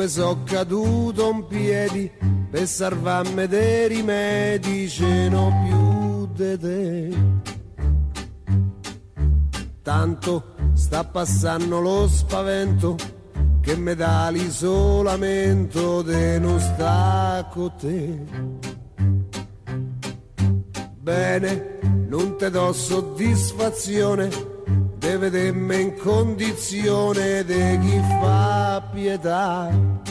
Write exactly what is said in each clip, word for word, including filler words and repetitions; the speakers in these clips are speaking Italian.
come so caduto in piedi per salvarmi dei rimedi, ce n'ho più di te. Tanto sta passando lo spavento che mi dà l'isolamento de non sta con te. Bene, non te do soddisfazione de vedermi in condizione di chi fa pietà.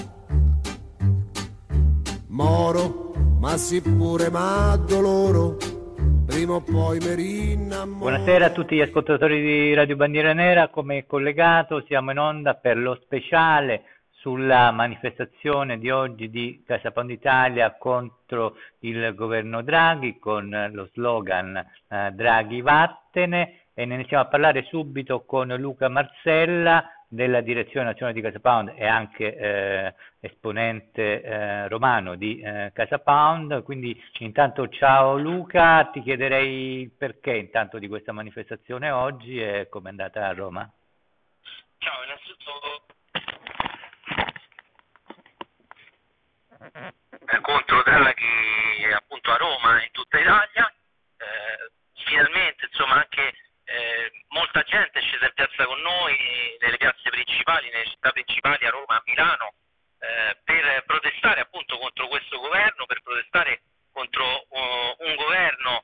Moro, ma sì pure ma doloro, prima o poi mi rinnamoro. Buonasera a tutti gli ascoltatori di Radio Bandiera Nera, come collegato siamo in onda per lo speciale sulla manifestazione di oggi di Casa Pound Italia contro il governo Draghi con lo slogan eh, Draghi vattene, e ne iniziamo a parlare subito con Luca Marsella della direzione nazionale di Casa Pound e anche eh, esponente eh, romano di eh, Casa Pound. Quindi intanto ciao Luca, ti chiederei il perché intanto di questa manifestazione oggi e come è andata a Roma. Ciao, innanzitutto contro Draghi appunto a Roma e in tutta Italia, eh, finalmente insomma anche eh, molta gente è scesa in piazza con noi nelle piazze principali, nelle città principali, a Roma, a Milano, eh, per protestare appunto contro questo governo, per protestare contro uh, un governo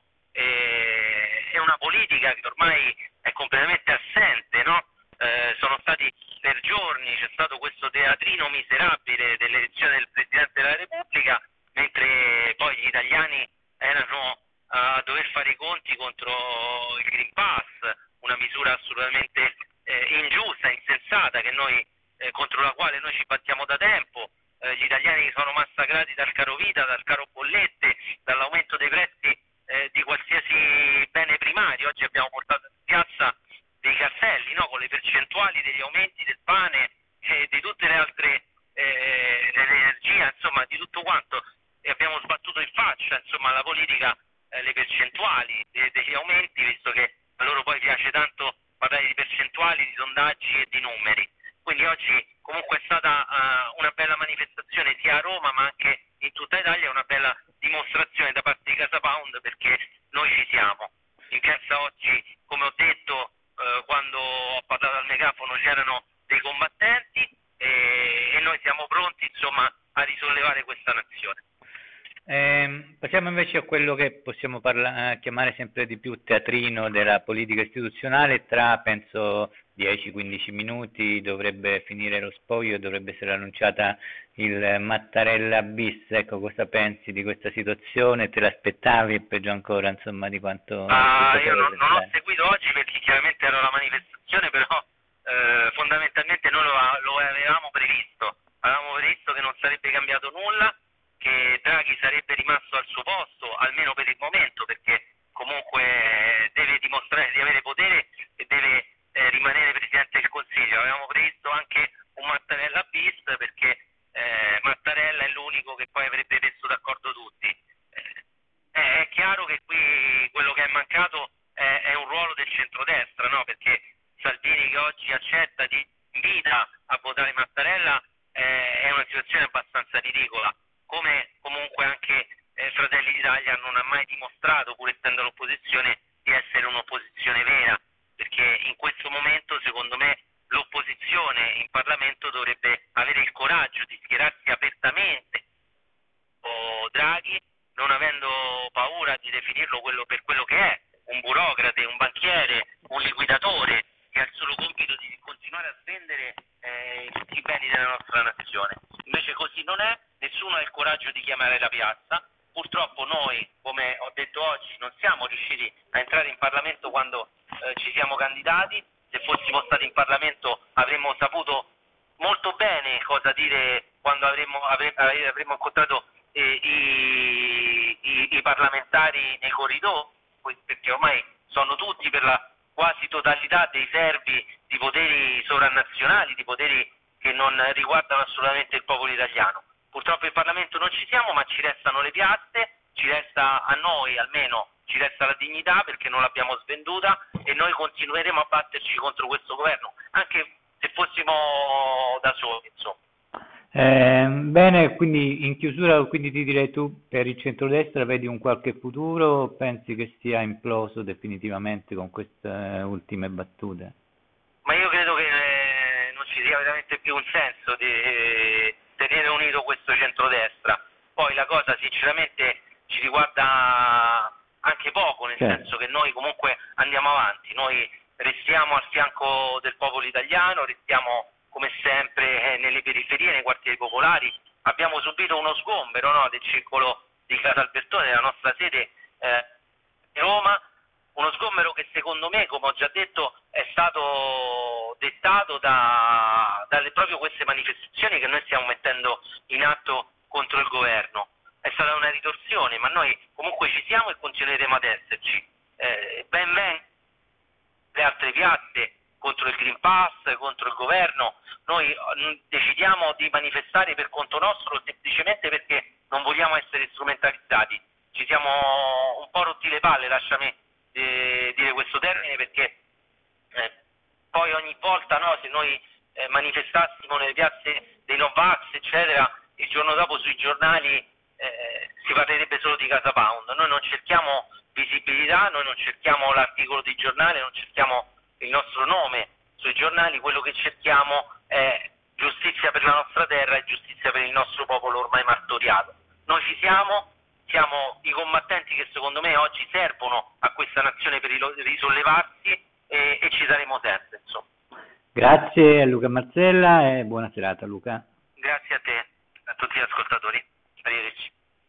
e, e una politica che ormai è completamente assente, no? Eh, sono stati per giorni, c'è stato questo teatrino miserabile dell'elezione del Presidente della Repubblica, mentre poi gli italiani erano a dover fare i conti contro il Green Pass, una misura assolutamente eh, ingiusta, insensata, che noi, eh, contro la quale noi ci battiamo da tempo. Eh, gli italiani sono massacrati dal caro vita, dal caro bollette, dall'aumento dei prezzi eh, di qualsiasi bene primario. Oggi abbiamo portato in piazza dei cartelli, no, con le percentuali degli aumenti del pane e di tutte le altre eh, dell'energia, insomma di tutto quanto, e abbiamo sbattuto in faccia insomma alla politica eh, le percentuali de- degli aumenti, visto che a loro poi piace tanto parlare di percentuali, di sondaggi e di numeri. Quindi oggi comunque è stata uh, una bella manifestazione sia a Roma ma anche in tutta Italia, una bella dimostrazione da parte di Casa Pound, perché noi ci siamo. In piazza oggi, come ho detto uh, quando ho parlato al megafono, c'erano dei combattenti e, e noi siamo pronti insomma a risollevare questa nazione. Eh, passiamo invece a quello che possiamo parla- chiamare sempre di più teatrino della politica istituzionale. Tra penso dieci quindici minuti dovrebbe finire lo spoglio, dovrebbe essere annunciata il Mattarella bis. Ecco, cosa pensi di questa situazione? Te l'aspettavi? E peggio ancora insomma di quanto ah, io non, non ho seguito oggi perché chiaramente era la manifestazione, però eh, fondamentalmente noi lo, lo avevamo previsto avevamo previsto che non sarebbe cambiato nulla, che Draghi sarebbe rimasto al suo posto, almeno per il momento, perché comunque deve dimostrare di avere potere e deve eh, rimanere Presidente del Consiglio. Avevamo previsto anche un Mattarella bis, perché eh, Mattarella è l'unico che poi avrebbe messo d'accordo tutti. Eh, è chiaro che qui quello che è mancato è, è un ruolo del centrodestra, no? Perché Salvini, che oggi accetta, di invita a votare Mattarella, eh, è una situazione abbastanza ridicola. Come comunque anche eh, Fratelli d'Italia non ha mai dimostrato, pur essendo all'opposizione, di essere un'opposizione vera, perché in questo momento secondo me l'opposizione in Parlamento dovrebbe avere il coraggio di schierarsi apertamente o Draghi, non avendo paura di definirlo quello per quello che è, un burocrate, un banchiere, un liquidatore, che ha il solo compito di continuare a spendere eh, tutti i beni della nostra nazione. Invece così non è, nessuno ha il coraggio di chiamare la piazza. Purtroppo noi, come ho detto oggi, non siamo riusciti a entrare in Parlamento quando eh, ci siamo candidati. Se fossimo stati in Parlamento avremmo saputo molto bene cosa dire quando avremmo, avre, avremmo incontrato eh, i, i, i parlamentari nei corridoi, perché ormai sono tutti per la quasi totalità dei servi di poteri sovranazionali, di poteri che non riguardano assolutamente il popolo italiano. Purtroppo in Parlamento non ci siamo, ma ci restano le piazze, ci resta a noi almeno, ci resta la dignità, perché non l'abbiamo svenduta, e noi continueremo a batterci contro questo governo, anche se fossimo da soli, insomma. Eh, bene, quindi in chiusura, quindi ti direi, tu per il centrodestra vedi un qualche futuro o pensi che sia imploso definitivamente con queste ultime battute? Ma io credo che eh, non ci sia veramente più un senso di eh, tenere unito questo centrodestra. Poi la cosa sinceramente ci riguarda anche poco, nel Certo. senso che noi comunque andiamo avanti, noi restiamo al fianco del popolo italiano, restiamo come sempre eh, nelle periferie, nei quartieri popolari. Abbiamo subito uno sgombero, no, del circolo di Casalbertone, della nostra sede eh, di Roma, uno sgombero che secondo me, come ho già detto, è stato dettato da, dalle proprio queste manifestazioni che noi stiamo mettendo in atto contro il governo. È stata una ritorsione, ma noi comunque ci siamo e continueremo ad esserci. Eh, ben venga le altre piazze contro il Green Pass, contro il governo. Noi mh, decidiamo di manifestare per conto nostro semplicemente perché non vogliamo essere strumentalizzati. Ci siamo un po' rotti le palle, lasciami eh, dire questo termine, perché eh, poi ogni volta, no, se noi eh, manifestassimo nelle piazze dei Novax, eccetera, il giorno dopo sui giornali eh, si parlerebbe solo di Casa Pound. Noi non cerchiamo visibilità, noi non cerchiamo l'articolo di giornale, non cerchiamo il nostro nome sui giornali, quello che cerchiamo è giustizia per la nostra terra e giustizia per il nostro popolo ormai martoriato. Noi ci siamo, siamo i combattenti che secondo me oggi servono a questa nazione per risollevarsi e, e ci saremo sempre, insomma. Grazie a Luca Marzella e buona serata, Luca. Grazie a te, a tutti gli ascoltatori. Arrivederci.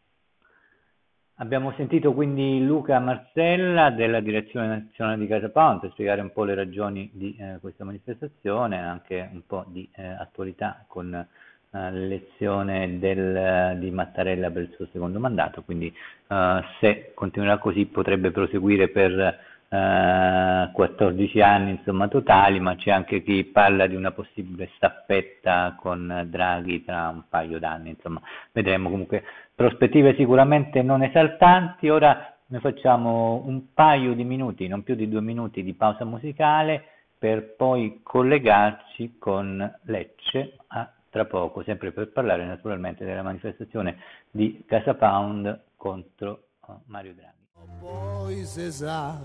Abbiamo sentito quindi Luca Marzella della Direzione Nazionale di Casa Pound per spiegare un po' le ragioni di eh, questa manifestazione, anche un po' di eh, attualità con eh, l'elezione del, di Mattarella per il suo secondo mandato, quindi eh, se continuerà così potrebbe proseguire per eh, quattordici anni insomma totali, ma c'è anche chi parla di una possibile staffetta con Draghi tra un paio d'anni, insomma vedremo. Comunque prospettive sicuramente non esaltanti. Ora noi facciamo un paio di minuti, non più di due minuti di pausa musicale per poi collegarci con Lecce a tra poco, sempre per parlare naturalmente della manifestazione di Casa Pound contro uh, Mario Draghi. Poi si sa,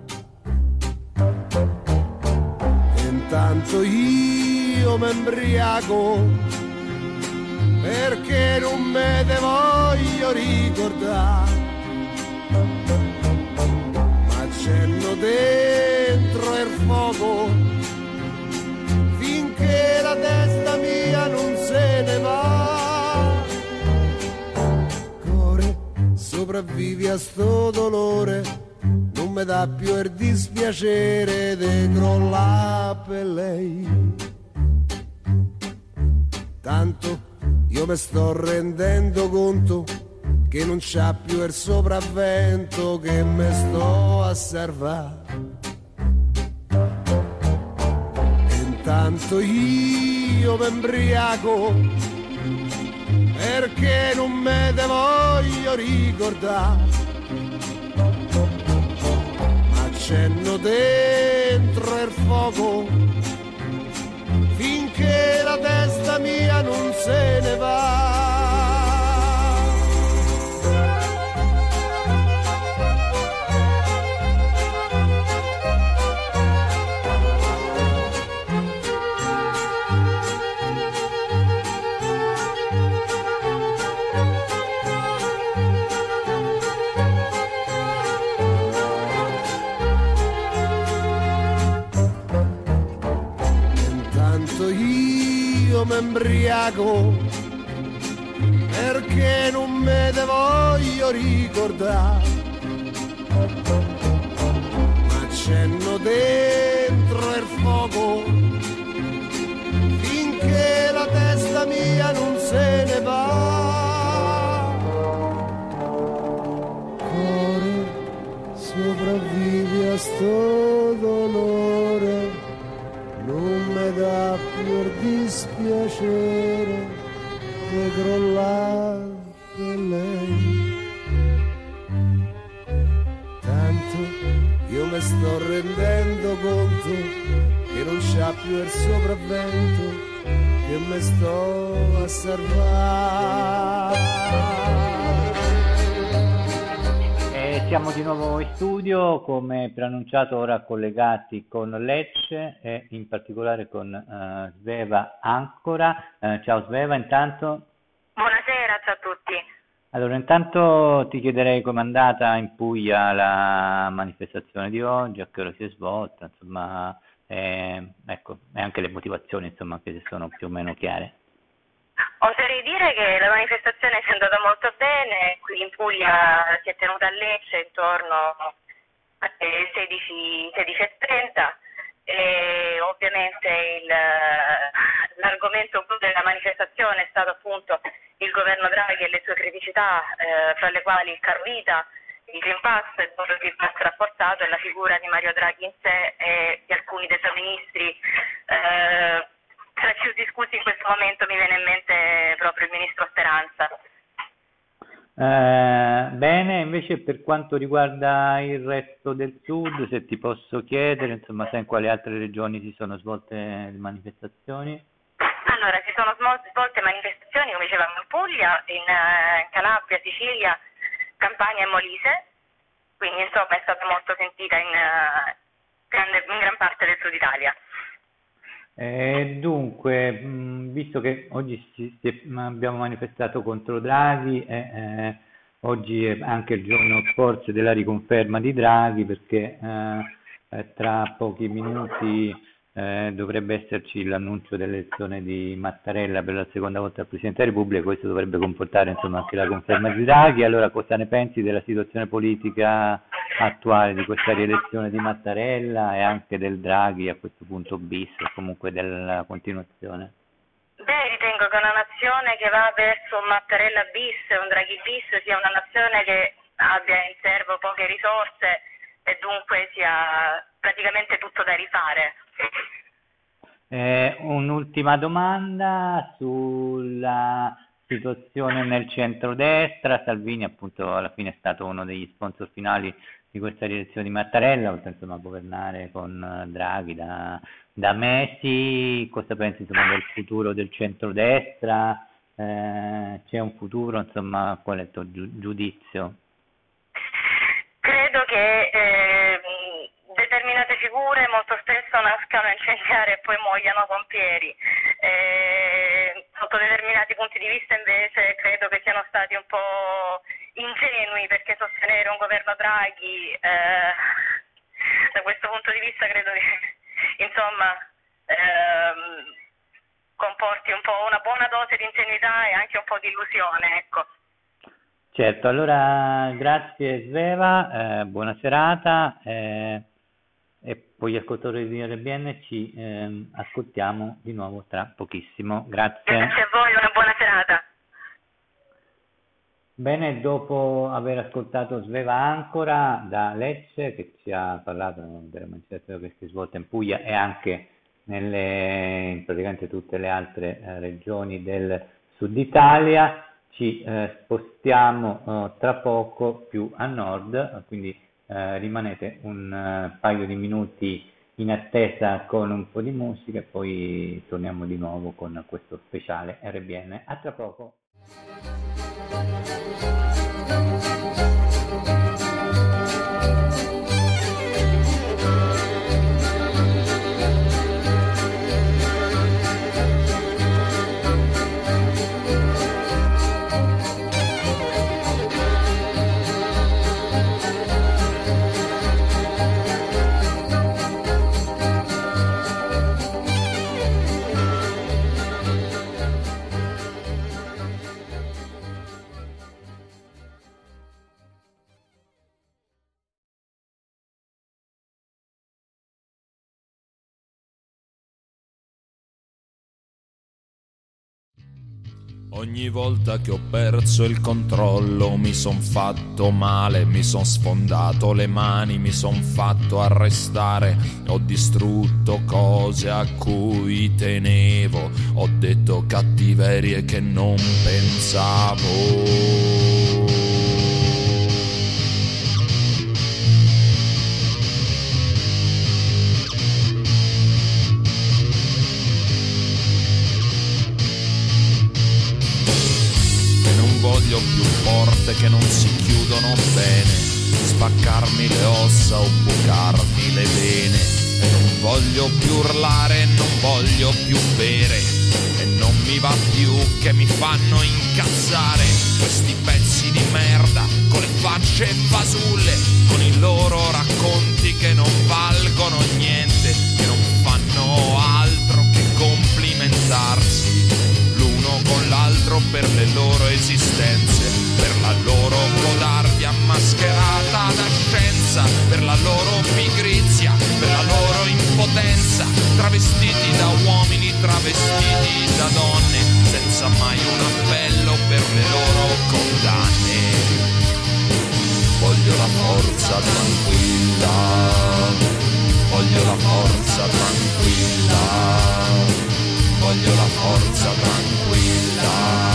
intanto io mi embriaco perché non me te voglio ricordare, ma c'enno dentro il fuoco finché la testa mia non se ne va. Core, sopravvivi a sto dolore, non mi dà più il dispiacere di crollare per lei. Tanto io mi sto rendendo conto che non c'ha più il sopravvento che mi sto a salvare. Intanto io mi embriaco perché non me te voglio ricordare, ma c'enno dentro il fuoco finché la testa mia non se ne va. Io mi embriaco perché non me te voglio ricordare, ma c'enno dentro il fuoco finché la testa mia non se ne va. Cuore, sopravvivi a sto dolore, non mi dà più il dispiacere di crollare per lei. Tanto io mi sto rendendo conto che non c'ha più il sopravvento che mi sto a salvare. E siamo di nuovo in studio, come preannunciato ora collegati con Lecce e in particolare con uh, Sveva Ancora. Uh, ciao Sveva, intanto. Buonasera, ciao a tutti. Allora, intanto ti chiederei com'è andata in Puglia la manifestazione di oggi, a che ora si è svolta, insomma, eh, ecco, e anche le motivazioni, insomma, che sono più o meno chiare. Oserei dire che la manifestazione è andata molto bene, qui in Puglia si è tenuta a Lecce intorno alle sedici e trenta e ovviamente il, l'argomento della manifestazione è stato appunto il governo Draghi e le sue criticità, eh, fra le quali il caro vita, il Green Pass, il Green Pass rafforzato e la figura di Mario Draghi in sé e di alcuni dei suoi ministri. Eh, tra i più discussi in questo momento mi viene in mente proprio il ministro Speranza. Eh, bene, invece per quanto riguarda il resto del sud, se ti posso chiedere, insomma, sai in quali altre regioni si sono svolte le manifestazioni? Allora, si sono svolte manifestazioni, come dicevamo, in Puglia, in, uh, in Calabria, Sicilia, Campania e Molise, quindi insomma è stata molto sentita in, uh, grande, in gran parte del sud Italia. Eh, dunque, mh, visto che oggi si, si, abbiamo manifestato contro Draghi, eh, eh, oggi è anche il giorno forse della riconferma di Draghi, perché eh, eh, tra pochi minuti eh, dovrebbe esserci l'annuncio dell'elezione di Mattarella per la seconda volta al Presidente della Repubblica. Questo dovrebbe comportare insomma anche la conferma di Draghi. Allora, cosa ne pensi della situazione politica attuale, di questa rielezione di Mattarella e anche del Draghi a questo punto bis, o comunque della continuazione? Beh, ritengo che una nazione che va verso un Mattarella bis, un Draghi bis, sia una nazione che abbia in serbo poche risorse e dunque sia praticamente tutto da rifare. Eh, un'ultima domanda sulla situazione nel centrodestra. Salvini appunto alla fine è stato uno degli sponsor finali di questa rielezione di Mattarella, oltre insomma a governare con Draghi da, da mesi. Cosa pensi insomma del futuro del centrodestra? Eh, c'è un futuro, insomma, qual è il tuo giu- giudizio? Credo che eh, determinate figure molto spesso nascano a incendiare e poi muoiano pompieri. Eh, sotto determinati punti di vista invece credo che siano stati un po' ingenui, perché sostenere un governo Draghi eh, da questo punto di vista credo che insomma ehm, comporti un po' una buona dose di ingenuità e anche un po' di illusione, ecco. Certo, allora grazie Sveva, eh, buona serata eh, e poi gli ascoltatori di R B N ci eh, ascoltiamo di nuovo tra pochissimo. Grazie. Grazie a voi, una buona serata. Bene, dopo aver ascoltato Sveva Ancora da Lecce, che ci ha parlato della manifestazione che si è svolta in Puglia e anche nelle, in praticamente tutte le altre eh, regioni del sud Italia, ci eh, spostiamo eh, tra poco più a nord, quindi eh, rimanete un uh, paio di minuti in attesa con un po' di musica e poi torniamo di nuovo con questo speciale R B N. A tra poco. Ogni volta che ho perso il controllo mi son fatto male, mi son sfondato le mani, mi son fatto arrestare, ho distrutto cose a cui tenevo, ho detto cattiverie che non pensavo. voglio più porte che non si chiudono bene, spaccarmi le ossa o bucarmi le vene. E non voglio più urlare, non voglio più bere, e non mi va più che mi fanno incazzare questi pezzi di merda con le facce fasulle, con i loro racconti che non valgono niente, che non fanno altro che complimentarsi l'uno con l'altro per le loro esistenze, per la loro codardia mascherata da scienza, per la loro pigrizia, per la loro impotenza, travestiti da uomini, travestiti da donne, senza mai un appello per le loro condanne. Voglio la forza tranquilla, voglio la forza tranquilla, voglio la forza tranquilla.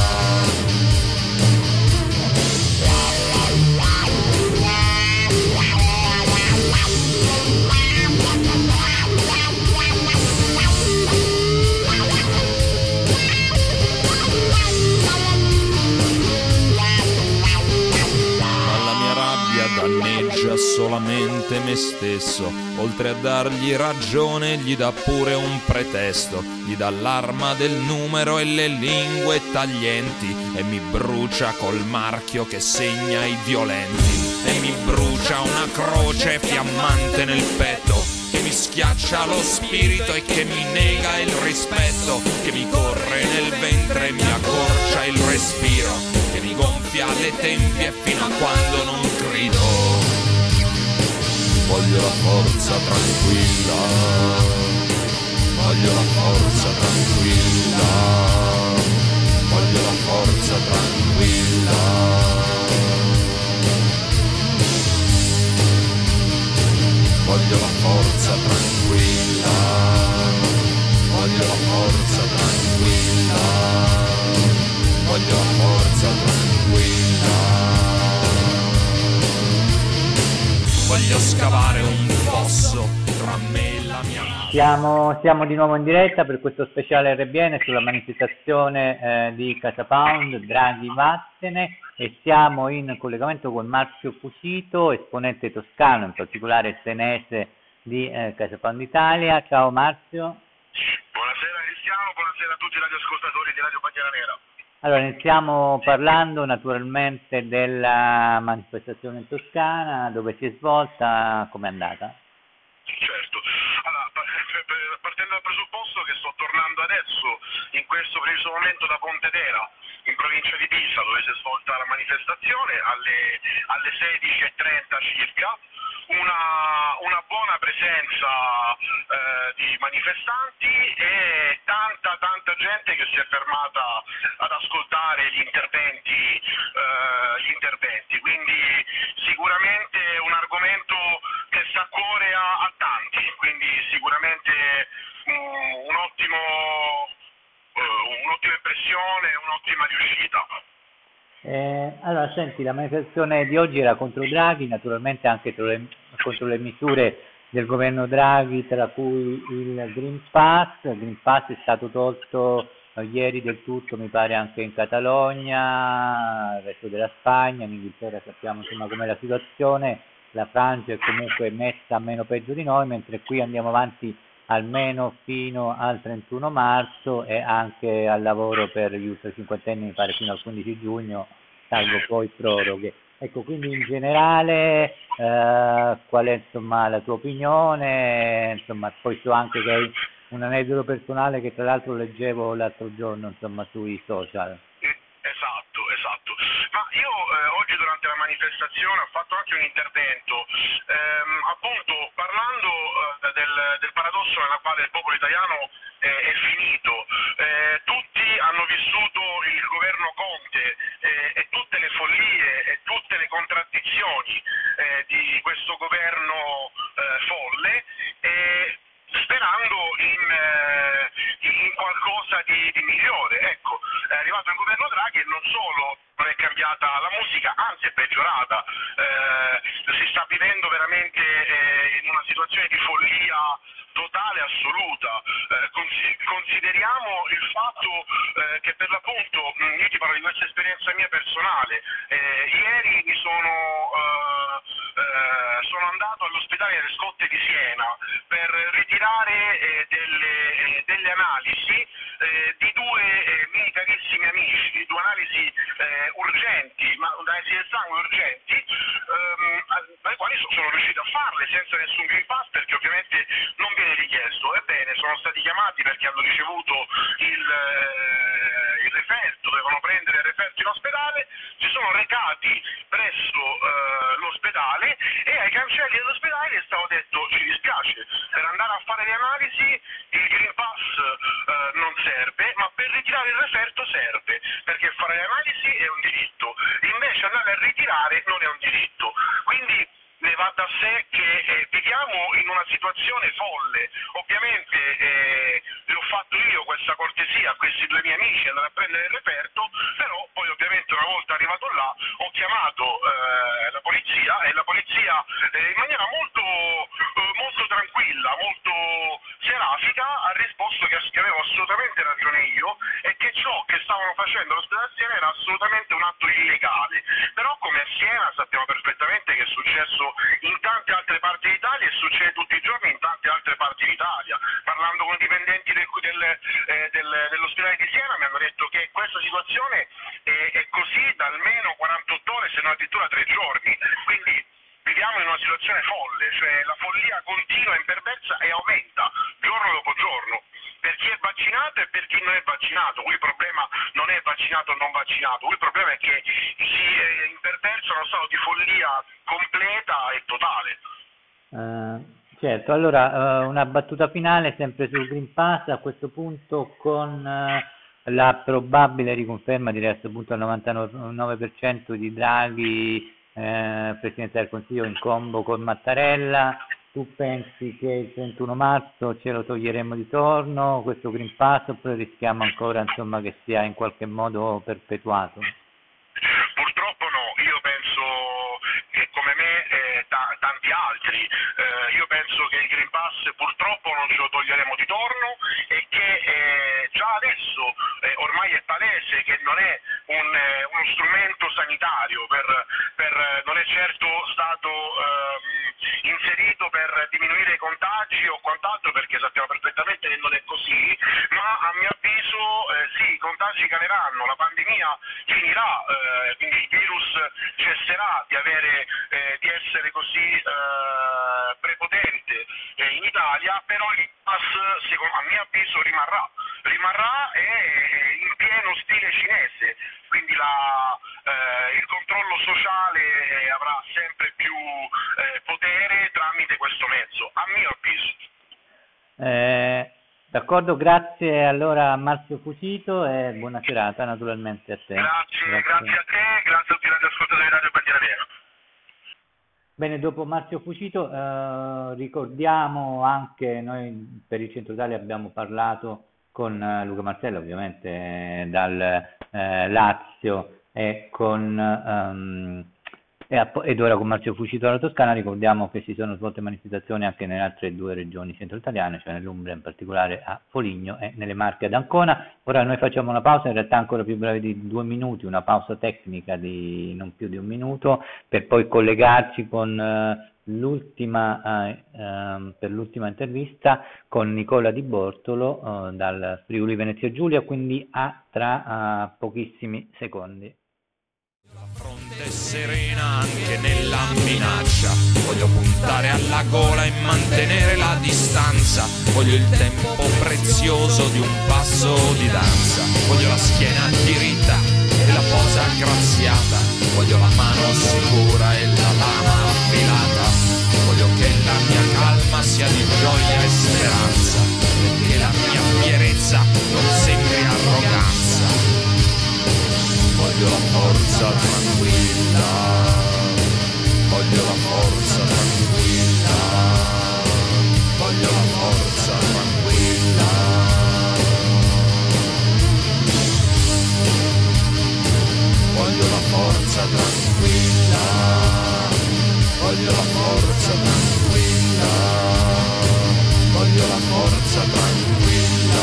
Danneggia solamente me stesso, oltre a dargli ragione gli dà pure un pretesto, gli dà l'arma del numero e le lingue taglienti, e mi brucia col marchio che segna i violenti, e mi brucia una croce fiammante nel petto, che mi schiaccia lo spirito e che mi nega il rispetto, che mi corre nel ventre e mi accorcia il respiro, che mi gonfia le tempie fino a quando non grido. Voglio la forza tranquilla, voglio la forza tranquilla, voglio la forza tranquilla. Voglio la forza tranquilla, voglio la forza tranquilla, voglio la forza tranquilla. Voglio scavare un fosso tra me e la mia vita. Siamo, siamo di nuovo in diretta per questo speciale R B N sulla manifestazione eh, di Casa Pound, Draghi vattene, e siamo in collegamento con Marzio Fusito, esponente toscano, in particolare senese di eh, Casa Pound Italia. Ciao Marzio. Buonasera Cristiano, buonasera a tutti i radioascoltatori di Radio Bandiera Nera. Allora, iniziamo parlando naturalmente della manifestazione in Toscana, dove si è svolta, com'è andata? Certo, allora, partendo dal presupposto che sto tornando adesso, in questo preciso momento, da Pontedera, in provincia di Pisa, dove si è svolta la manifestazione, alle, alle sedici e trenta circa, una, una buona presenza eh, di manifestanti e tanta tanta gente che si è fermata ad ascoltare gli interventi, eh, gli interventi. Quindi sicuramente un argomento che sta a cuore a, a tanti, quindi sicuramente um, un ottimo, uh, un'ottima impressione, un'ottima riuscita. Eh, allora, senti, la manifestazione di oggi era contro Draghi, naturalmente anche contro le, contro le misure del governo Draghi, tra cui il Green Pass. Il Green Pass è stato tolto eh, ieri del tutto, mi pare anche in Catalogna, il resto della Spagna, in Inghilterra sappiamo insomma com'è la situazione, la Francia è comunque messa meno peggio di noi, mentre qui andiamo avanti almeno fino al trentuno marzo e anche al lavoro per gli ultra cinquantenni mi pare fino al quindici giugno, salvo poi proroghe. Ecco, quindi in generale eh, qual è insomma la tua opinione? Insomma, poi so anche che hai un aneddoto personale che tra l'altro leggevo l'altro giorno insomma sui social. Esatto, esatto. Ma io eh, oggi durante la manifestazione ho fatto anche un intervento, ehm, appunto parlando eh, del, del paradosso nella quale il popolo italiano eh, è finito. Eh, tutti hanno vissuto il governo Conte eh, e tutte le follie e tutte le contraddizioni eh, di questo governo eh, folle, e sperando in, eh, in qualcosa di, di migliore. Ecco, è arrivato il governo governo Draghi, e non solo non è cambiata la musica, anzi è peggiorata. Eh, si sta vivendo veramente eh, in una situazione di follia totale, assoluta. Eh, consideriamo il fatto eh, che per l'appunto, io ti parlo di questa esperienza mia personale, eh, ieri mi sono, eh, eh, sono andato all'ospedale delle Scotte di Siena per ritirare eh, delle, eh, delle analisi eh, di due eh, miei carissimi amici, due analisi eh, urgenti, ma analisi del sangue urgenti, ehm, alle quali sono riuscito a farle senza nessun Green Pass, perché ovviamente non viene richiesto. Ebbene, sono stati chiamati perché hanno ricevuto il, eh, il referto, dovevano prendere il referto in ospedale, si sono recati presso eh, l'ospedale e ai cancelli dell'ospedale è stato detto: ci dispiace, per andare a fare le analisi il Green Pass eh, non serve, ma per ritirare il referto serve, perché fare le analisi è un diritto, invece andare a ritirare non è un diritto. Quindi ne va da sé che eh, viviamo in una situazione folle. Ovviamente eh, le ho fatto io questa cortesia a questi due miei amici, andare a prendere il referto, però poi ovviamente una volta arrivato là ho chiamato eh, la polizia, e la polizia eh, in maniera molto, eh, molto tranquilla, molto serafica ha risposto che, che avevo assolutamente ragione io e che ciò che stavano facendo all'ospedale a Siena era assolutamente un atto illegale. Però come a Siena sappiamo perfettamente che è successo in tante altre parti d'Italia e succede tutti i giorni in tante altre parti d'Italia. Parlando con i dipendenti del, del, eh, del, dell'ospedale di Siena mi hanno detto che questa situazione è, è così da almeno quarantotto ore, se non addirittura tre giorni. Quindi viviamo in una situazione folle, cioè la follia continua, imperversa e aumenta giorno dopo giorno, per chi è vaccinato e per chi non è vaccinato. Qui il problema non è vaccinato o non vaccinato, qui il problema è che si imperversa uno stato di follia completa e totale. Uh, certo, allora uh, una battuta finale sempre sul Green Pass, a questo punto con uh, la probabile riconferma, direi a questo punto al novantanove per cento di Draghi eh, Presidente del Consiglio in combo con Mattarella. Tu pensi che il trentuno marzo ce lo toglieremo di torno questo Green Pass, oppure rischiamo ancora, insomma, che sia in qualche modo perpetuato? Purtroppo no, io penso che come me eh, ta- tanti altri, eh, io penso che il Green Pass purtroppo non ce lo toglieremo di torno e che eh, già adesso eh, ormai è palese che non è un, eh, uno strumento sanitario, per, per, non è certo stato eh, inserito per diminuire i contagi o quant'altro, perché sappiamo perfettamente che non è così, ma a mio avviso eh, sì, i contagi caleranno, la pandemia finirà, eh, quindi il virus cesserà di avere eh, di essere così eh, prepotente eh, in Italia, però il pass secondo, a mio avviso rimarrà, rimarrà e in pieno stile cinese, quindi la, eh, il controllo sociale avrà sempre più eh, potere tramite questo mezzo, a mio avviso. Eh, d'accordo, grazie allora a Marzio Fucito e buona serata naturalmente a te. Grazie, grazie, grazie a te, grazie a tutti gli ascoltatori di Radio Bandiera Nera. Bene, dopo Marzio Fucito eh, ricordiamo anche, noi per il Centro Italia abbiamo parlato con eh, Luca Martella, ovviamente eh, dal eh, Lazio, e con um, ed ora con Marzio Fucito dalla Toscana. Ricordiamo che si sono svolte manifestazioni anche nelle altre due regioni centro-italiane, cioè nell'Umbria, in particolare a Foligno, e nelle Marche ad Ancona. Ora noi facciamo una pausa, in realtà ancora più breve di due minuti, una pausa tecnica di non più di un minuto, per poi collegarci con uh, l'ultima uh, uh, per l'ultima intervista con Nicola Di Bortolo uh, dal Friuli Venezia Giulia, quindi a tra uh, pochissimi secondi. La fronte è serena anche nella minaccia, voglio puntare alla gola e mantenere la distanza, voglio il tempo prezioso di un passo di danza, voglio la schiena diritta e la posa graziata, voglio la mano sicura e la lama affilata, voglio che la mia calma sia di gioia e speranza, e che la mia fierezza non sembri arroganza. Voglio la forza tranquilla, voglio la forza tranquilla, voglio la forza tranquilla. voglio la forza tranquilla, voglio la forza tranquilla, voglio la forza tranquilla.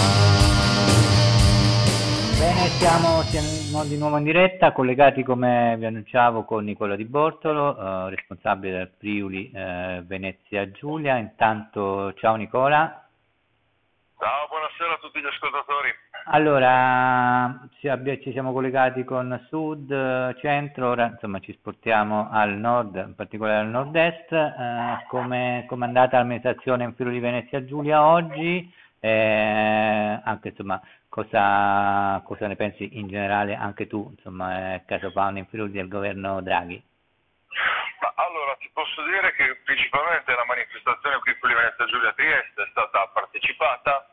Bene, siamo, siamo di nuovo in diretta, collegati come vi annunciavo con Nicola Di Bortolo, eh, responsabile del Friuli eh, Venezia Giulia. Intanto ciao Nicola. Ciao, buonasera a tutti gli ascoltatori. Allora, ci, abbia- ci siamo collegati con sud, eh, centro, ora insomma ci spostiamo al nord, in particolare al nord-est. Eh, come è andata l'amministrazione in Friuli Venezia Giulia oggi? Eh, anche insomma cosa, cosa ne pensi in generale anche tu, insomma, eh, caso Pound in Friuli del governo Draghi? Ma allora ti posso dire che principalmente la manifestazione qui in Friuli Venezia Giulia a Trieste è stata partecipata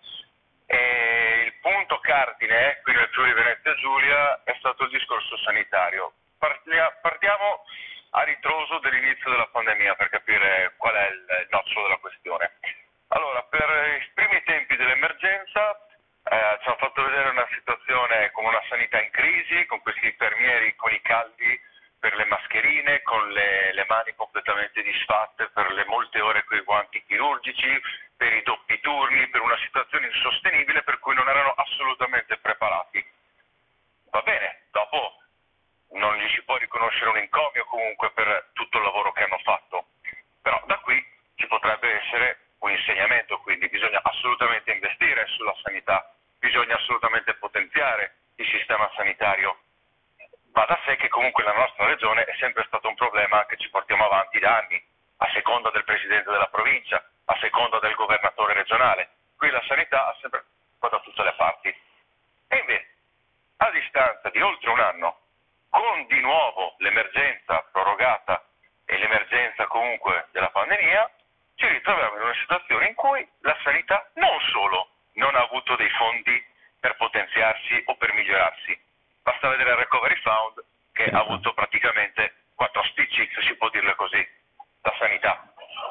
e il punto cardine qui nel Friuli Venezia Giulia è stato il discorso sanitario. Partia- partiamo a ritroso dell'inizio della pandemia per capire qual è il nocciolo della questione. Allora, per i primi tempi dell'emergenza eh, ci hanno fatto vedere una situazione con una sanità in crisi, con questi infermieri con i caldi per le mascherine, con le, le mani completamente disfatte per le molte ore con i guanti chirurgici, per i doppi turni, per una situazione insostenibile per cui non erano assolutamente preparati. Va bene, dopo non gli si può riconoscere un encomio comunque per tutto il lavoro che hanno fatto, però da qui ci potrebbe essere un insegnamento, quindi bisogna assolutamente investire sulla sanità, bisogna assolutamente potenziare il sistema sanitario. Va da sé che comunque la nostra regione è sempre stato un problema che ci portiamo avanti da anni, a seconda del presidente della provincia, a seconda del governatore regionale. Qui la sanità ha sempre fatto da tutte le parti. E invece, a distanza di oltre un anno, con di nuovo l'emergenza prorogata e l'emergenza comunque della pandemia, ci ritroviamo in una situazione in cui la sanità non solo non ha avuto dei fondi per potenziarsi o per migliorarsi, basta vedere il Recovery Fund che ha avuto praticamente quattro spicci, se si può dirle così, la sanità.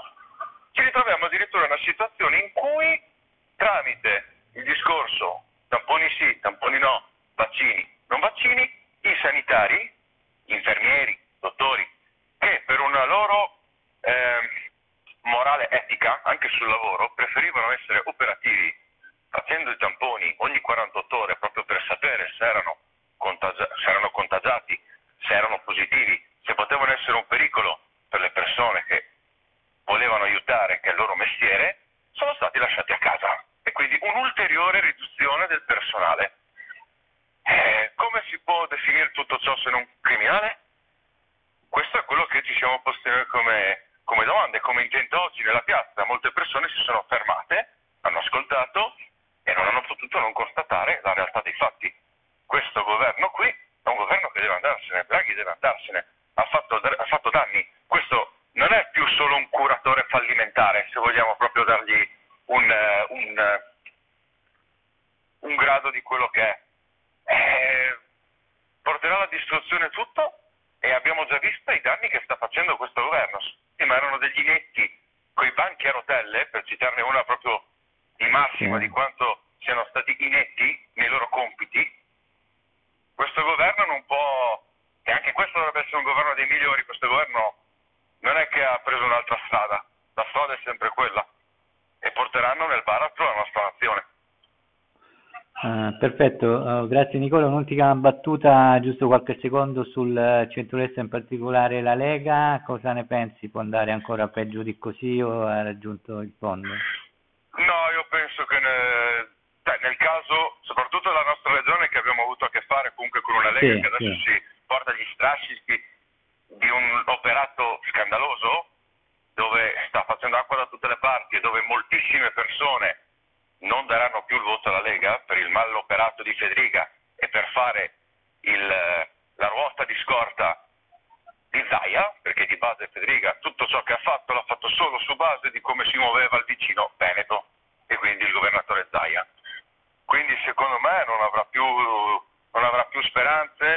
Ci ritroviamo addirittura in una situazione in cui tramite il discorso tamponi sì, tamponi no, vaccini, non vaccini, i sanitari, gli infermieri, dottori, che per una loro eh, morale etica, anche sul lavoro, preferivano essere operativi facendo i tamponi ogni quarantotto ore proprio per sapere se erano, contagia- se erano contagiati, se erano positivi, se potevano essere un pericolo per le persone che volevano aiutare, che è il loro mestiere, sono stati lasciati a casa e quindi un'ulteriore riduzione del personale. Eh, come si può definire tutto ciò se non criminale? Questo è quello che ci siamo posti noi come, come domande, come intento oggi nella piazza. Molte persone si sono fermate, hanno ascoltato e non hanno potuto non constatare la realtà dei fatti. Questo governo qui è un governo che deve andarsene, Draghi deve andarsene, ha fatto, ha fatto danni. Questo non è più solo un curatore fallimentare, se vogliamo proprio dargli un, un, un grado di quello che è. Eh, porterà alla distruzione tutto e abbiamo già visto i danni che sta facendo questo governo. Sì, ma erano degli inetti coi banchi a rotelle, per citarne una proprio di massima di quanto siano stati inetti nei loro compiti. Questo governo non può, e anche questo dovrebbe essere un governo dei migliori, questo governo non è che ha preso un'altra strada, la strada è sempre quella e porteranno nel baratro la nostra nazione. Uh, perfetto, uh, grazie Nicola. Un'ultima battuta, giusto qualche secondo sul centrodestra, in particolare la Lega, cosa ne pensi? Può andare ancora peggio di così o ha raggiunto il fondo? No, io penso che ne, cioè, nel caso, soprattutto della nostra regione, che abbiamo avuto a che fare comunque con una Lega sì, che adesso sì. si porta gli strascichi di un operato scandaloso, dove sta facendo acqua da tutte le parti e dove moltissime persone non daranno più il voto alla Lega per il maloperato di Federica e per fare il, la ruota di scorta di Zaia, perché di base Federica tutto ciò che ha fatto l'ha fatto solo su base di come si muoveva il vicino Veneto e quindi il governatore Zaia. Quindi secondo me non avrà più, non avrà più speranze